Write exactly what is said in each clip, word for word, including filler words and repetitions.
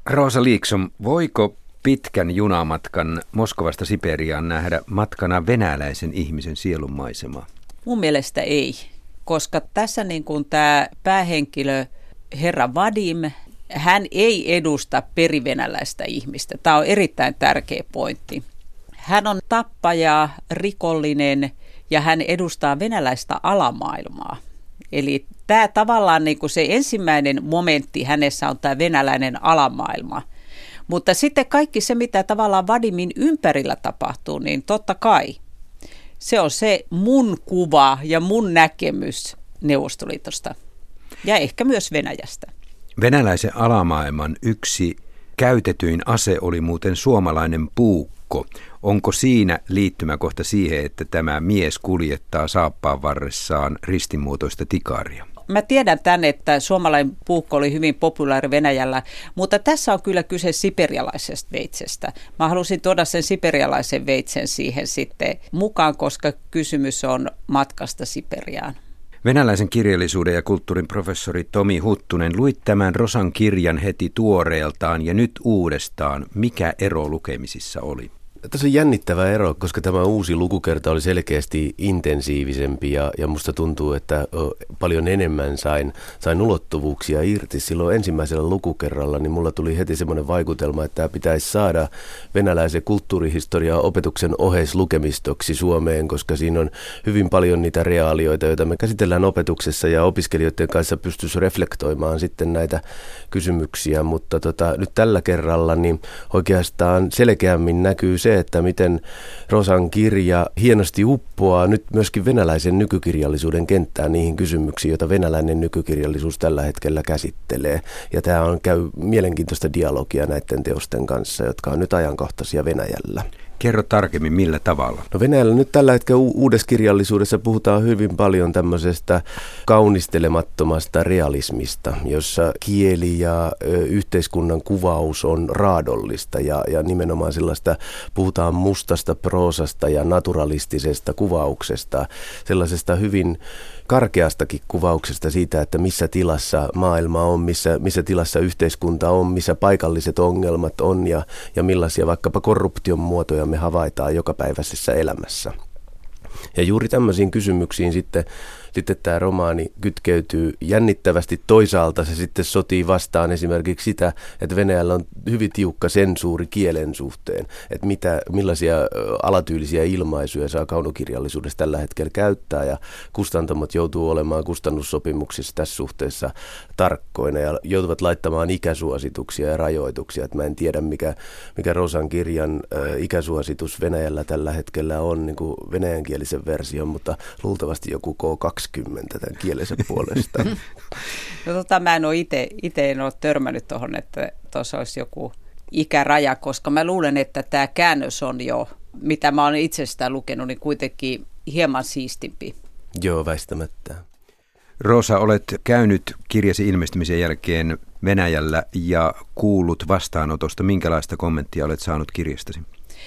Rosa Liksom, voiko pitkän junamatkan Moskovasta Siperiaan nähdä matkana venäläisen ihmisen sielunmaisemaa? Mun mielestä ei, koska tässä niin kuin tämä päähenkilö herra Vadim, hän ei edusta perivenäläistä ihmistä. Tämä on erittäin tärkeä pointti. Hän on tappaja, rikollinen ja hän edustaa venäläistä alamaailmaa. Eli tämä tavallaan niin kuin se ensimmäinen momentti hänessä on tämä venäläinen alamaailma. Mutta sitten kaikki se, mitä tavallaan Vadimin ympärillä tapahtuu, niin totta kai se on se mun kuva ja mun näkemys Neuvostoliitosta ja ehkä myös Venäjästä. Venäläisen alamaailman yksi käytetyin ase oli muuten suomalainen puukko. Onko siinä liittymäkohta siihen, että tämä mies kuljettaa saappaan varressaan ristimuotoista tikaria? Mä tiedän tämän, että suomalainen puukko oli hyvin populaari Venäjällä, mutta tässä on kyllä kyse siperialaisesta veitsestä. Mä halusin tuoda sen siperialaisen veitsen siihen sitten mukaan, koska kysymys on matkasta Siperiaan. Venäläisen kirjallisuuden ja kulttuurin professori Tomi Huttunen, luit tämän Rosan kirjan heti tuoreeltaan ja nyt uudestaan. Mikä ero lukemisissa oli? Tässä on jännittävä ero, koska tämä uusi lukukerta oli selkeästi intensiivisempi ja, ja musta tuntuu, että paljon enemmän sain, sain ulottuvuuksia irti. Silloin ensimmäisellä lukukerralla niin mulla tuli heti semmoinen vaikutelma, että tämä pitäisi saada venäläisen kulttuurihistoriaa opetuksen oheislukemistoksi Suomeen, koska siinä on hyvin paljon niitä reaalioita, joita me käsitellään opetuksessa ja opiskelijoiden kanssa pystyisi reflektoimaan sitten näitä kysymyksiä, mutta tota, nyt tällä kerralla niin oikeastaan selkeämmin näkyy se, että miten Rosan kirja hienosti uppoaa nyt myöskin venäläisen nykykirjallisuuden kenttään niihin kysymyksiin, joita venäläinen nykykirjallisuus tällä hetkellä käsittelee. Ja tämä on käy mielenkiintoista dialogia näiden teosten kanssa, jotka on nyt ajankohtaisia Venäjällä. Kerro tarkemmin, millä tavalla? No Venäjällä nyt tällä hetkellä u- uudessa kirjallisuudessa puhutaan hyvin paljon tämmöisestä kaunistelemattomasta realismista, jossa kieli ja ö, yhteiskunnan kuvaus on raadollista ja, ja nimenomaan sellaista, puhutaan mustasta proosasta ja naturalistisesta kuvauksesta, sellaisesta hyvin karkeastakin kuvauksesta siitä, että missä tilassa maailma on, missä, missä tilassa yhteiskunta on, missä paikalliset ongelmat on ja, ja millaisia vaikkapa korruption muotoja me havaitaan jokapäiväisessä elämässä. Ja juuri tämmöisiin kysymyksiin sitten, sitten tämä romaani kytkeytyy jännittävästi. Toisaalta se sitten sotii vastaan esimerkiksi sitä, että Venäjällä on hyvin tiukka sensuuri kielen suhteen, että mitä, millaisia alatyylisiä ilmaisuja saa kaunokirjallisuudessa tällä hetkellä käyttää, ja kustantamot joutuu olemaan kustannussopimuksissa tässä suhteessa tarkkoina ja joutuvat laittamaan ikäsuosituksia ja rajoituksia. Että mä en tiedä, mikä, mikä Rosan kirjan äh, ikäsuositus Venäjällä tällä hetkellä on, niin kuin venäjänkielisen version, mutta luultavasti joku K kaksikymmentä tämän kielisen puolesta. No tota, mä en ole itse, itse en ole törmännyt tuohon, että tuossa olisi joku ikäraja, koska mä luulen, että tämä käännös on jo, mitä mä olen itsestään lukenut, niin kuitenkin hieman siistimpi. Joo, väistämättä. Rosa, olet käynyt kirjasi ilmestymisen jälkeen Venäjällä ja kuullut vastaanotosta. Minkälaista kommenttia olet saanut kirjastasi?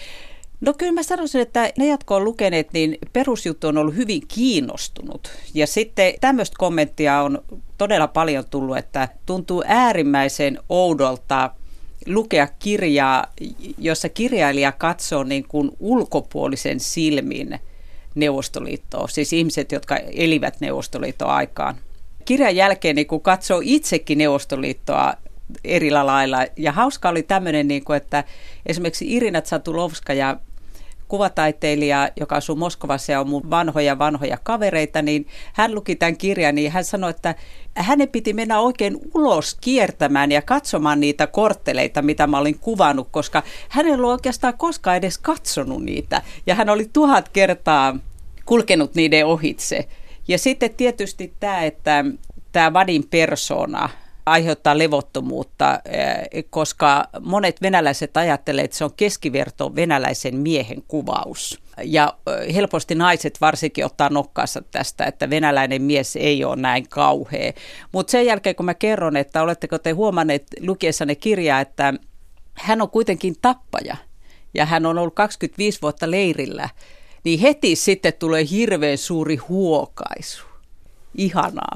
No kyllä mä sanoisin, että ne, jotka on lukeneet, niin perusjuttu on ollut hyvin kiinnostunut. Ja sitten tämmöistä kommenttia on todella paljon tullut, että tuntuu äärimmäisen oudolta lukea kirjaa, jossa kirjailija katsoo niin kuin ulkopuolisen silmin Neuvostoliittoa, siis ihmiset, jotka elivät Neuvostoliiton aikaan. Kirjan jälkeen niin kun katsoo itsekin Neuvostoliittoa eri lailla. Ja hauska oli tämmöinen, niin kuin, että esimerkiksi Irina Zatulovskaja, kuvataiteilija, joka asuu Moskovassa ja on mun vanhoja vanhoja kavereita, niin hän luki tämän kirjan, niin hän sanoi, että hänen piti mennä oikein ulos kiertämään ja katsomaan niitä kortteleita, mitä mä olin kuvannut, koska hän ei ollut oikeastaan koskaan edes katsonut niitä. Ja hän oli tuhat kertaa kulkenut niiden ohitse. Ja sitten tietysti tämä, että tämä Vadin persona aiheuttaa levottomuutta, koska monet venäläiset ajattelee, että se on keskiverto venäläisen miehen kuvaus. Ja helposti naiset varsinkin ottaa nokkaansa tästä, että venäläinen mies ei ole näin kauhea. Mutta sen jälkeen, kun mä kerron, että oletteko te huomanneet lukiessanne kirjaa, että hän on kuitenkin tappaja ja hän on ollut kaksikymmentäviisi vuotta leirillä, niin heti sitten tulee hirveän suuri huokaisu. Ihanaa.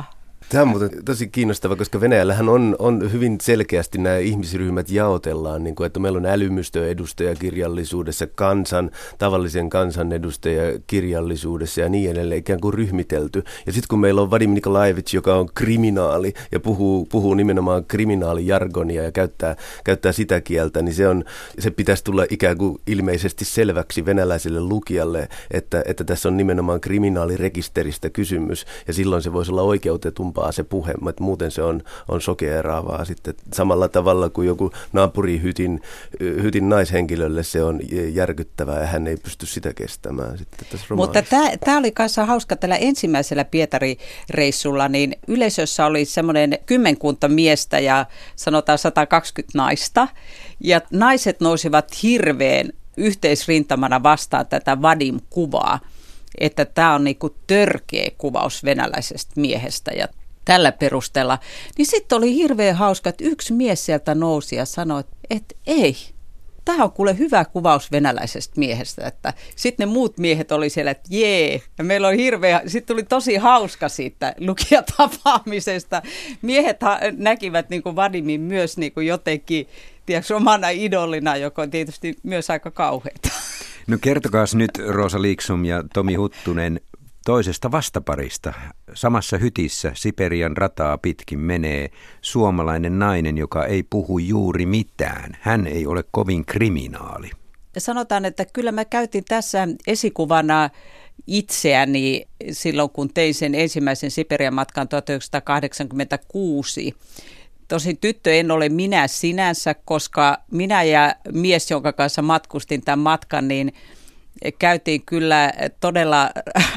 Tämä on muuten tosi kiinnostava, koska Venäjällähän on, on hyvin selkeästi nämä ihmisryhmät jaotellaan, niin kuin, että meillä on älymystön edustajakirjallisuudessa, kansan, tavallisen kansan edustajakirjallisuudessa ja niin edelleen ikään kuin ryhmitelty. Ja sitten kun meillä on Vadim Nikolaevich, joka on kriminaali ja puhuu, puhuu nimenomaan kriminaalijargonia ja käyttää, käyttää sitä kieltä, niin se, on, se pitäisi tulla ikään kuin ilmeisesti selväksi venäläiselle lukijalle, että, että tässä on nimenomaan kriminaalirekisteristä kysymys ja silloin se voisi olla oikeutetumpaa se puhe, mutta muuten se on, on sokeeraavaa sitten samalla tavalla kuin joku naapurihytin hytin naishenkilölle se on järkyttävää ja hän ei pysty sitä kestämään sitten tässä romaanissa. Mutta tämä oli kanssa hauska tällä ensimmäisellä Pietari-reissulla, niin yleisössä oli semmoinen kymmenkunta miestä ja sanotaan sata kaksikymmentä naista ja naiset nousivat hirveän yhteisrintamana vastaan tätä Vadim-kuvaa, että tämä on niinku törkeä kuvaus venäläisestä miehestä ja tällä perusteella. Niin sitten oli hirveän hauska, että yksi mies sieltä nousi ja sanoi, että, että ei, tämä on kuule hyvä kuvaus venäläisestä miehestä. Sitten ne muut miehet oli siellä, että jee, ja meillä oli hirveä, sitten tuli tosi hauska siitä lukijatapaamisesta. Miehet näkivät niin kuin Vadimin myös niin kuin jotenkin, tiedätkö, omana idolina, joka on tietysti myös aika kauheata. No kertokaas nyt Rosa Liksom ja Tomi Huttunen toisesta vastaparista. Samassa hytissä Siperian rataa pitkin menee suomalainen nainen, joka ei puhu juuri mitään. Hän ei ole kovin kriminaali. Sanotaan, että kyllä mä käytin tässä esikuvana itseäni silloin, kun tein sen ensimmäisen Siperian matkan tuhatyhdeksänsataakahdeksankymmentäkuusi. Tosin tyttö en ole minä sinänsä, koska minä ja mies, jonka kanssa matkustin tämän matkan, niin käytiin kyllä todella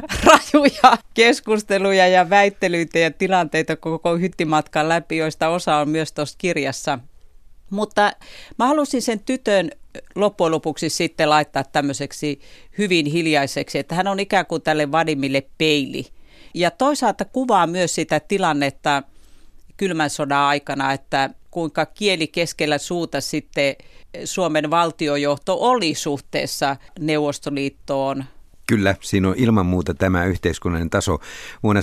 rajuja keskusteluja ja väittelyitä ja tilanteita koko hyttimatkan läpi, joista osa on myös tuossa kirjassa. Mutta mä halusin sen tytön loppujen lopuksi sitten laittaa tämmöiseksi hyvin hiljaiseksi, että hän on ikään kuin tälle Vadimille peili. Ja toisaalta kuvaa myös sitä tilannetta kylmän sodan aikana, että kuinka kieli keskellä suuta sitten Suomen valtiojohto oli suhteessa Neuvostoliittoon. Kyllä, siinä on ilman muuta tämä yhteiskunnallinen taso. Vuonna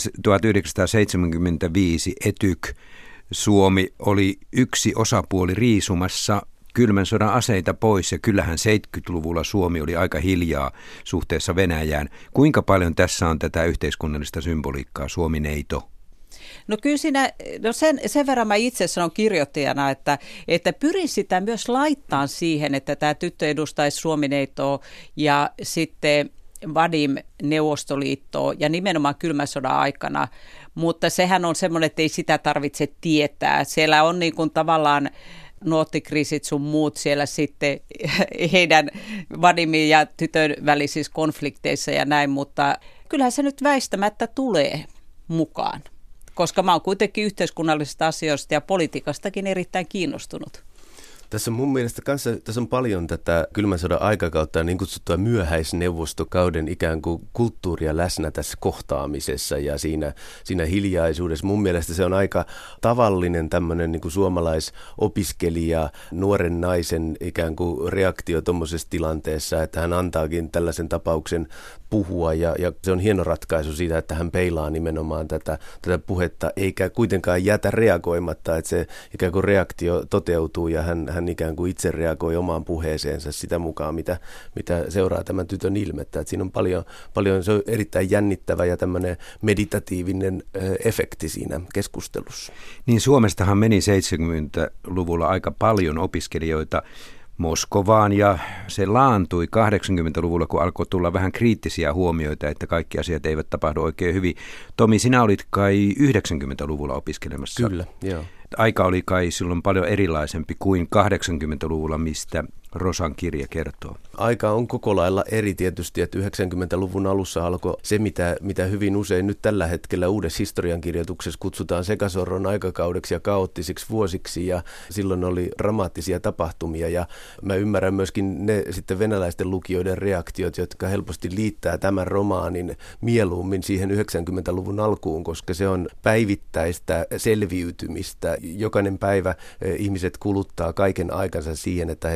tuhatyhdeksänsataaseitsemänkymmentäviisi E T Y K Suomi oli yksi osapuoli riisumassa kylmän sodan aseita pois ja kyllähän seitsemänkymmentäluvulla Suomi oli aika hiljaa suhteessa Venäjään. Kuinka paljon tässä on tätä yhteiskunnallista symboliikkaa, Suomi-neito? No kyllä siinä, no sen, sen verran mä itse sanon kirjoittajana, että, että pyrin sitä myös laittaa siihen, että tämä tyttö edustaisi Suomi-neitoa ja sitten Vadim Neuvostoliittoa ja nimenomaan kylmän sodan aikana, mutta sehän on semmoinen, että ei sitä tarvitse tietää. Siellä on niin kuin tavallaan nuottikriisit sun muut siellä sitten heidän Vadimin ja tytön välisissä konflikteissa ja näin, mutta kyllähän se nyt väistämättä tulee mukaan. Koska mä oon kuitenkin yhteiskunnallisista asioista ja politiikastakin erittäin kiinnostunut. Tässä on mun mielestä kanssa, tässä on paljon tätä kylmän sodan aikakautta ja niin kutsuttua myöhäisneuvostokauden ikään kuin kulttuuria läsnä tässä kohtaamisessa ja siinä, siinä hiljaisuudessa. Mun mielestä se on aika tavallinen tämmöinen niin kuin suomalaisopiskelija, nuoren naisen ikään kuin reaktio tuommoisessa tilanteessa, että hän antaakin tällaisen tapauksen puhua ja, ja se on hieno ratkaisu siitä, että hän peilaa nimenomaan tätä, tätä puhetta eikä kuitenkaan jätä reagoimatta, että se ikään kuin reaktio toteutuu ja hän, hän ikään kuin itse reagoi omaan puheeseensa sitä mukaan, mitä, mitä seuraa tämän tytön ilmettä. Että siinä on paljon, paljon, se on erittäin jännittävä ja tämmöinen meditatiivinen efekti siinä keskustelussa. Niin Suomestahan meni seitsemänkymmentäluvulla aika paljon opiskelijoita Moskovaan ja se laantui kahdeksankymmentäluvulla, kun alkoi tulla vähän kriittisiä huomioita, että kaikki asiat eivät tapahdu oikein hyvin. Tomi, sinä olit kai yhdeksänkymmentäluvulla opiskelemassa. Kyllä, joo. Aika oli kai silloin paljon erilaisempi kuin kahdeksankymmentäluvulla, mistä Rosan kirja kertoo. Aika on koko lailla eri tietysti, että yhdeksänkymmentäluvun alussa alkoi se, mitä, mitä hyvin usein nyt tällä hetkellä uudessa historiankirjoituksessa kutsutaan sekasorron aikakaudeksi ja kaoottisiksi vuosiksi ja silloin oli dramaattisia tapahtumia ja mä ymmärrän myöskin ne sitten venäläisten lukijoiden reaktiot, jotka helposti liittää tämän romaanin mieluummin siihen yhdeksänkymmentäluvun alkuun, koska se on päivittäistä selviytymistä. Jokainen päivä ihmiset kuluttaa kaiken aikansa siihen, että he saa hankkia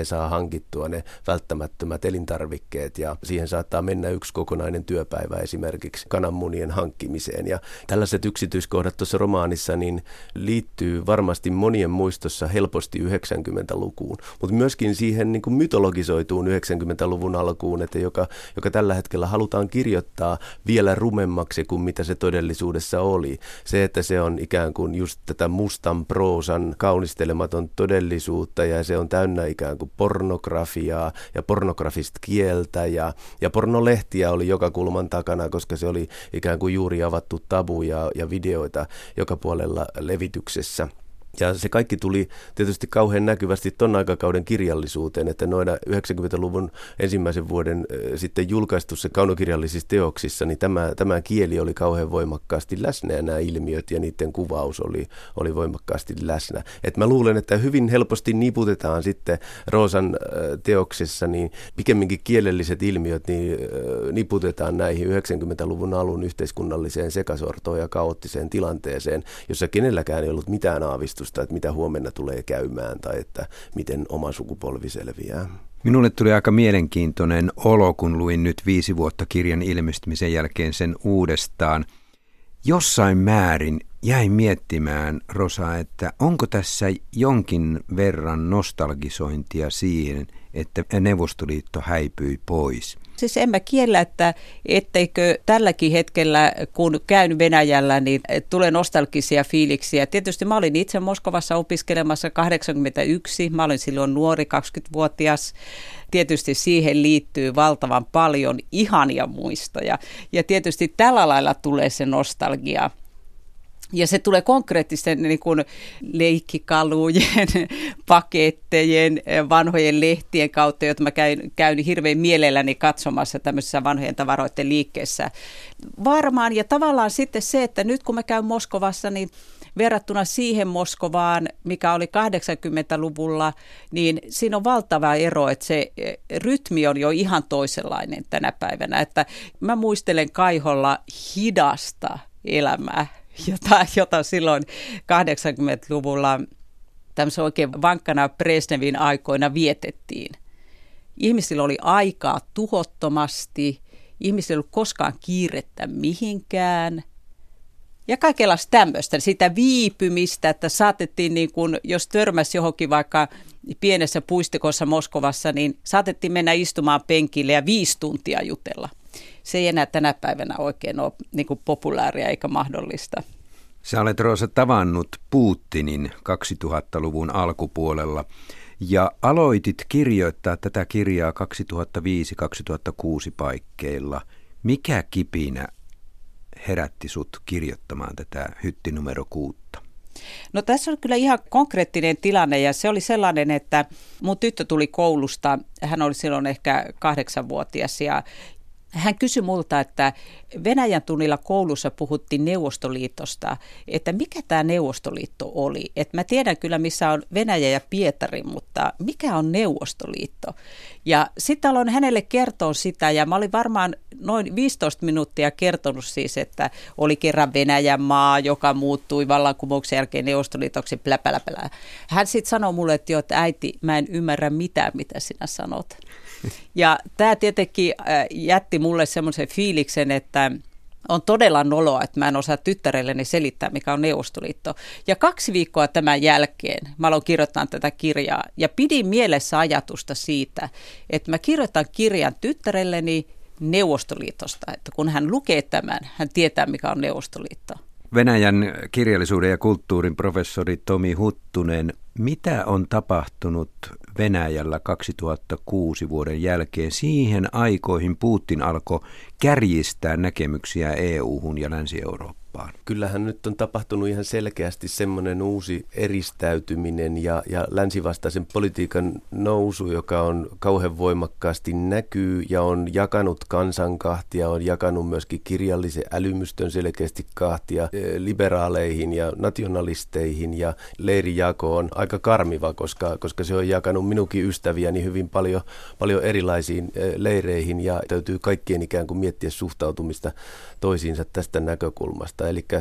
hankittua ne välttämättömät elintarvikkeet ja siihen saattaa mennä yksi kokonainen työpäivä esimerkiksi kananmunien hankkimiseen. Ja tällaiset yksityiskohdat tuossa romaanissa niin liittyy varmasti monien muistossa helposti yhdeksänkymmentälukuun, mutta myöskin siihen niin kuin mytologisoituun yhdeksänkymmentäluvun alkuun, että joka, joka tällä hetkellä halutaan kirjoittaa vielä rumemmaksi kuin mitä se todellisuudessa oli. Se, että se on ikään kuin just tätä mustan proosan kaunistelematon todellisuutta ja se on täynnä ikään kuin pornografiaa ja pornografista kieltä ja, ja pornolehtiä oli joka kulman takana, koska se oli ikään kuin juuri avattu tabu ja, ja videoita joka puolella levityksessä. Ja se kaikki tuli tietysti kauhean näkyvästi ton aikakauden kirjallisuuteen, että noina yhdeksänkymmentäluvun ensimmäisen vuoden sitten julkaistussa kaunokirjallisissa teoksissa, niin tämä, tämä kieli oli kauhean voimakkaasti läsnä ja nämä ilmiöt ja niiden kuvaus oli, oli voimakkaasti läsnä. Et mä luulen, että hyvin helposti niputetaan sitten Roosan teoksessa, niin pikemminkin kielelliset ilmiöt niin niputetaan näihin yhdeksänkymmentäluvun alun yhteiskunnalliseen sekasortoon ja kaoottiseen tilanteeseen, jossa kenelläkään ei ollut mitään aavistusta, että mitä huomenna tulee käymään tai että miten oma sukupolvi selviää. Minulle tuli aika mielenkiintoinen olo, kun luin nyt viisi vuotta kirjan ilmestymisen jälkeen sen uudestaan. Jossain määrin jäin miettimään, Rosa, että onko tässä jonkin verran nostalgisointia siihen, että Neuvostoliitto häipyi pois. Siis en mä kiellä, että etteikö tälläkin hetkellä, kun käyn Venäjällä, niin tulee nostalgisia fiiliksiä. Tietysti mä olin itse Moskovassa opiskelemassa kahdeksankymmentäyksi, mä olin silloin nuori, kaksikymmentävuotias. Tietysti siihen liittyy valtavan paljon ihania muistoja ja tietysti tällä lailla tulee se nostalgia. Ja se tulee konkreettisten niin kuin leikkikalujen, pakettejen, vanhojen lehtien kautta, joita mä käyn, käyn hirveän mielelläni katsomassa tämmöisessä vanhojen tavaroiden liikkeessä. Varmaan ja tavallaan sitten se, että nyt kun mä käyn Moskovassa, niin verrattuna siihen Moskovaan, mikä oli kahdeksankymmentäluvulla, niin siinä on valtava ero, että se rytmi on jo ihan toisenlainen tänä päivänä. Että mä muistelen Kaiholla hidasta elämää. Jota, jota silloin kahdeksankymmentäluvulla tämmöisen oikein vankkana Brezhnevin aikoina vietettiin. Ihmisillä oli aikaa tuhottomasti, ihmisillä ei ollut koskaan kiirettä mihinkään. Ja kaikenlaista tämmöistä, sitä viipymistä, että saatettiin, niin kun, jos törmäsi johonkin vaikka pienessä puistikossa Moskovassa, niin saatettiin mennä istumaan penkille ja viisi tuntia jutella. Se ei enää tänä päivänä oikein ole niin kuin populaaria eikä mahdollista. Sä olet, Roosa, tavannut Putinin kaksituhattaluvun alkupuolella ja aloitit kirjoittaa tätä kirjaa kaksituhattaviisi kaksituhattakuusi paikkeilla. Mikä kipinä herätti sut kirjoittamaan tätä hytti numero kuutta? No tässä on kyllä ihan konkreettinen tilanne ja se oli sellainen, että mun tyttö tuli koulusta, hän oli silloin ehkä kahdeksanvuotias ja hän kysyi multa, että Venäjän tunnilla koulussa puhuttiin Neuvostoliitosta, että mikä tämä Neuvostoliitto oli. Että mä tiedän kyllä, missä on Venäjä ja Pietari, mutta mikä on Neuvostoliitto? Ja sitten aloin hänelle kertoa sitä, ja mä olin varmaan noin viisitoista minuuttia kertonut siis, että oli kerran Venäjän maa, joka muuttui vallankumouksen jälkeen Neuvostoliitoksi, pläpäläpälä. Hän sitten sanoi mulle, että jo, että äiti, mä en ymmärrä mitään, mitä sinä sanot. Ja tämä tietenkin jätti mulle semmoisen fiiliksen, että on todella noloa, että mä en osaa tyttärelleni selittää, mikä on Neuvostoliitto. Ja kaksi viikkoa tämän jälkeen mä aloin kirjoittaa tätä kirjaa ja pidin mielessä ajatusta siitä, että mä kirjoitan kirjan tyttärelleni Neuvostoliitosta, että kun hän lukee tämän, hän tietää, mikä on Neuvostoliitto. Venäjän kirjallisuuden ja kulttuurin professori Tomi Huttunen, mitä on tapahtunut Venäjällä kaksituhattakuusi vuoden jälkeen? Siihen aikoihin Putin alkoi kärjistää näkemyksiä E U-hun ja Länsi-Eurooppaan. Kyllähän nyt on tapahtunut ihan selkeästi semmoinen uusi eristäytyminen ja, ja länsivastaisen politiikan nousu, joka on kauhean voimakkaasti näkyy ja on jakanut kansan kahtia, on jakanut myöskin kirjallisen älymystön selkeästi kahtia liberaaleihin ja nationalisteihin ja leirijako on aika karmiva, koska, koska se on jakanut minunkin ystäviäni hyvin paljon, paljon erilaisiin leireihin ja täytyy kaikkien ikään kuin miettiä suhtautumista toisiinsa tästä näkökulmasta. Eli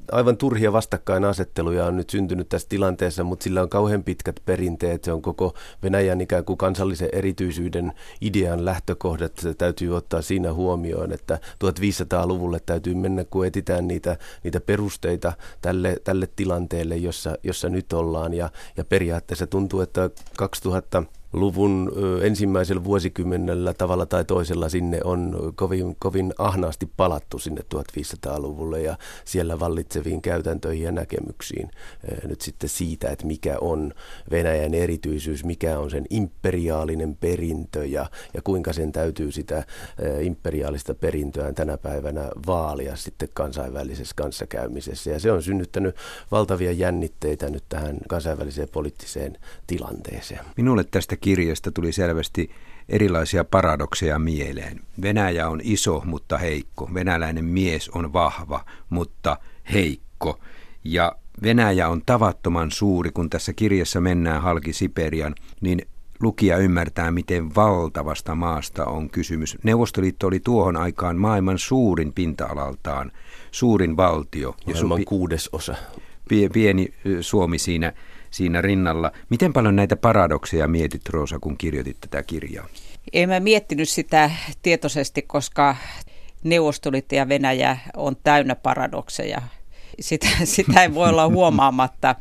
Aivan turhia vastakkainasetteluja on nyt syntynyt tässä tilanteessa, mutta sillä on kauhean pitkät perinteet. Se on koko Venäjän ikään kuin kansallisen erityisyyden idean lähtökohdat. Se täytyy ottaa siinä huomioon, että tuhatviisisataaluvulle täytyy mennä, kun etsitään niitä, niitä perusteita tälle, tälle tilanteelle, jossa, jossa nyt ollaan. Ja, ja periaatteessa tuntuu, että kaksituhattaluvun ensimmäisellä vuosikymmenellä tavalla tai toisella sinne on kovin, kovin ahnaasti palattu sinne tuhatviisisataaluvulle ja siellä vallitseviin käytäntöihin ja näkemyksiin nyt sitten siitä, että mikä on Venäjän erityisyys, mikä on sen imperiaalinen perintö ja, ja kuinka sen täytyy sitä imperiaalista perintöään tänä päivänä vaalia sitten kansainvälisessä kanssakäymisessä. Ja se on synnyttänyt valtavia jännitteitä nyt tähän kansainväliseen poliittiseen tilanteeseen. Minulle tästä kirjasta tuli selvästi erilaisia paradokseja mieleen. Venäjä on iso, mutta heikko. Venäläinen mies on vahva, mutta heikko. Ja Venäjä on tavattoman suuri, kun tässä kirjassa mennään halki Siperian, niin lukija ymmärtää, miten valtavasta maasta on kysymys. Neuvostoliitto oli tuohon aikaan maailman suurin pinta-alaltaan, suurin valtio. Maailman ja kuudesosa. Pieni Suomi siinä. siinä rinnalla. Miten paljon näitä paradokseja mietit, Roosa, kun kirjoitit tätä kirjaa? En mä miettinyt sitä tietoisesti, koska Neuvostoliitto ja Venäjä on täynnä paradokseja. Sitä, sitä ei voi olla huomaamatta.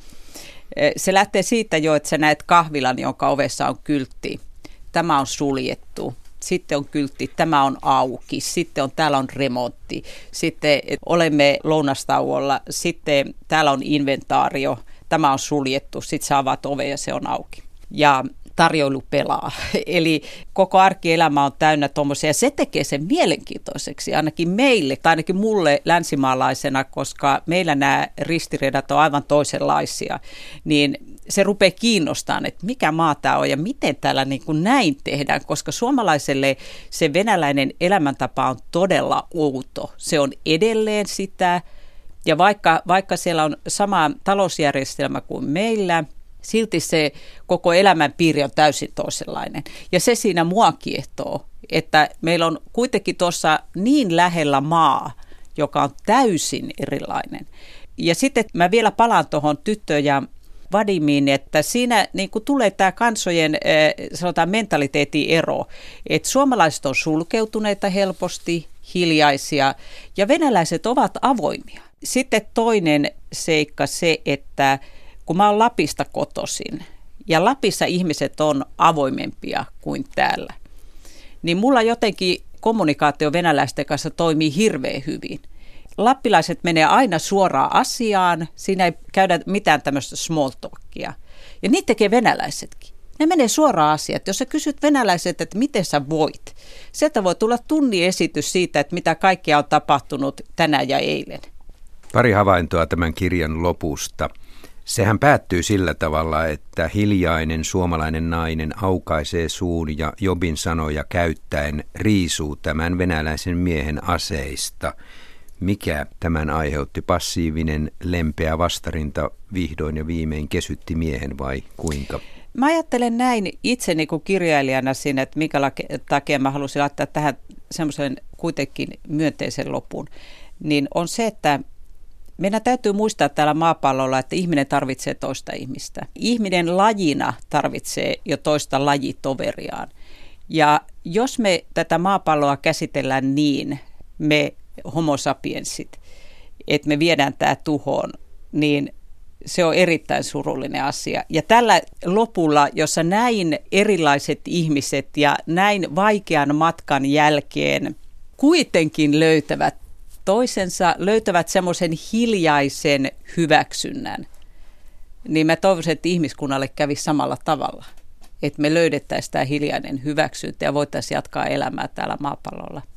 Se lähtee siitä jo, että sä näet kahvilan, jonka ovessa on kyltti. Tämä on suljettu. Sitten on kyltti, tämä on auki. Sitten on, täällä on remontti. Sitten olemme lounastauolla. Sitten täällä on inventaario. Tämä on suljettu, sitten sä avaat oven ja se on auki. Ja tarjoilu pelaa. Eli koko arkielämä on täynnä tuommoisia, ja se tekee sen mielenkiintoiseksi, ainakin meille, tai ainakin mulle länsimaalaisena, koska meillä nämä ristiriidat on aivan toisenlaisia, niin se rupeaa kiinnostamaan, että mikä maa tämä on ja miten täällä niin kuin näin tehdään, koska suomalaiselle se venäläinen elämäntapa on todella outo. Se on edelleen sitä. Ja vaikka, vaikka siellä on sama talousjärjestelmä kuin meillä, silti se koko elämänpiiri on täysin toisenlainen. Ja se siinä mua kiehtoo, että meillä on kuitenkin tuossa niin lähellä maa, joka on täysin erilainen. Ja sitten mä vielä palaan tuohon Tyttö ja Vadimiin, että siinä niin kuin tulee tämä kansojen sanotaan mentaliteetin ero, että suomalaiset on sulkeutuneita helposti, hiljaisia ja venäläiset ovat avoimia. Sitten toinen seikka se, että kun mä oon Lapista kotoisin ja Lapissa ihmiset on avoimempia kuin täällä, niin mulla jotenkin kommunikaatio venäläisten kanssa toimii hirveän hyvin. Lappilaiset menee aina suoraan asiaan, siinä ei käydä mitään tämmöistä small talkia. Ja niitä tekee venäläisetkin. Ne menee suoraan asiaan. Jos sä kysyt venäläiset, että miten sä voit, sieltä voi tulla tunnin esitys siitä, että mitä kaikkea on tapahtunut tänään ja eilen. Pari havaintoa tämän kirjan lopusta. Sehän päättyy sillä tavalla, että hiljainen suomalainen nainen aukaisee suun ja Jobin sanoja käyttäen riisuu tämän venäläisen miehen aseista. Mikä tämän aiheutti? Passiivinen, lempeä vastarinta vihdoin ja viimein kesytti miehen vai kuinka? Mä ajattelen näin itse niin kuin kirjailijana siinä, että minkä takia mä halusin laittaa tähän semmoisen kuitenkin myönteisen lopun, niin on se, että meidän täytyy muistaa täällä maapallolla, että ihminen tarvitsee toista ihmistä. Ihminen lajina tarvitsee jo toista lajitoveriaan. Ja jos me tätä maapalloa käsitellään niin, me homo sapiensit, että me viedään tämä tuhoon, niin se on erittäin surullinen asia. Ja tällä lopulla, jossa näin erilaiset ihmiset ja näin vaikean matkan jälkeen kuitenkin löytävät toisensa, löytävät semmoisen hiljaisen hyväksynnän, niin mä toivoisin, että ihmiskunnalle kävisi samalla tavalla. Että me löydettäisiin tämä hiljainen hyväksyntä ja voitaisiin jatkaa elämää täällä maapallolla.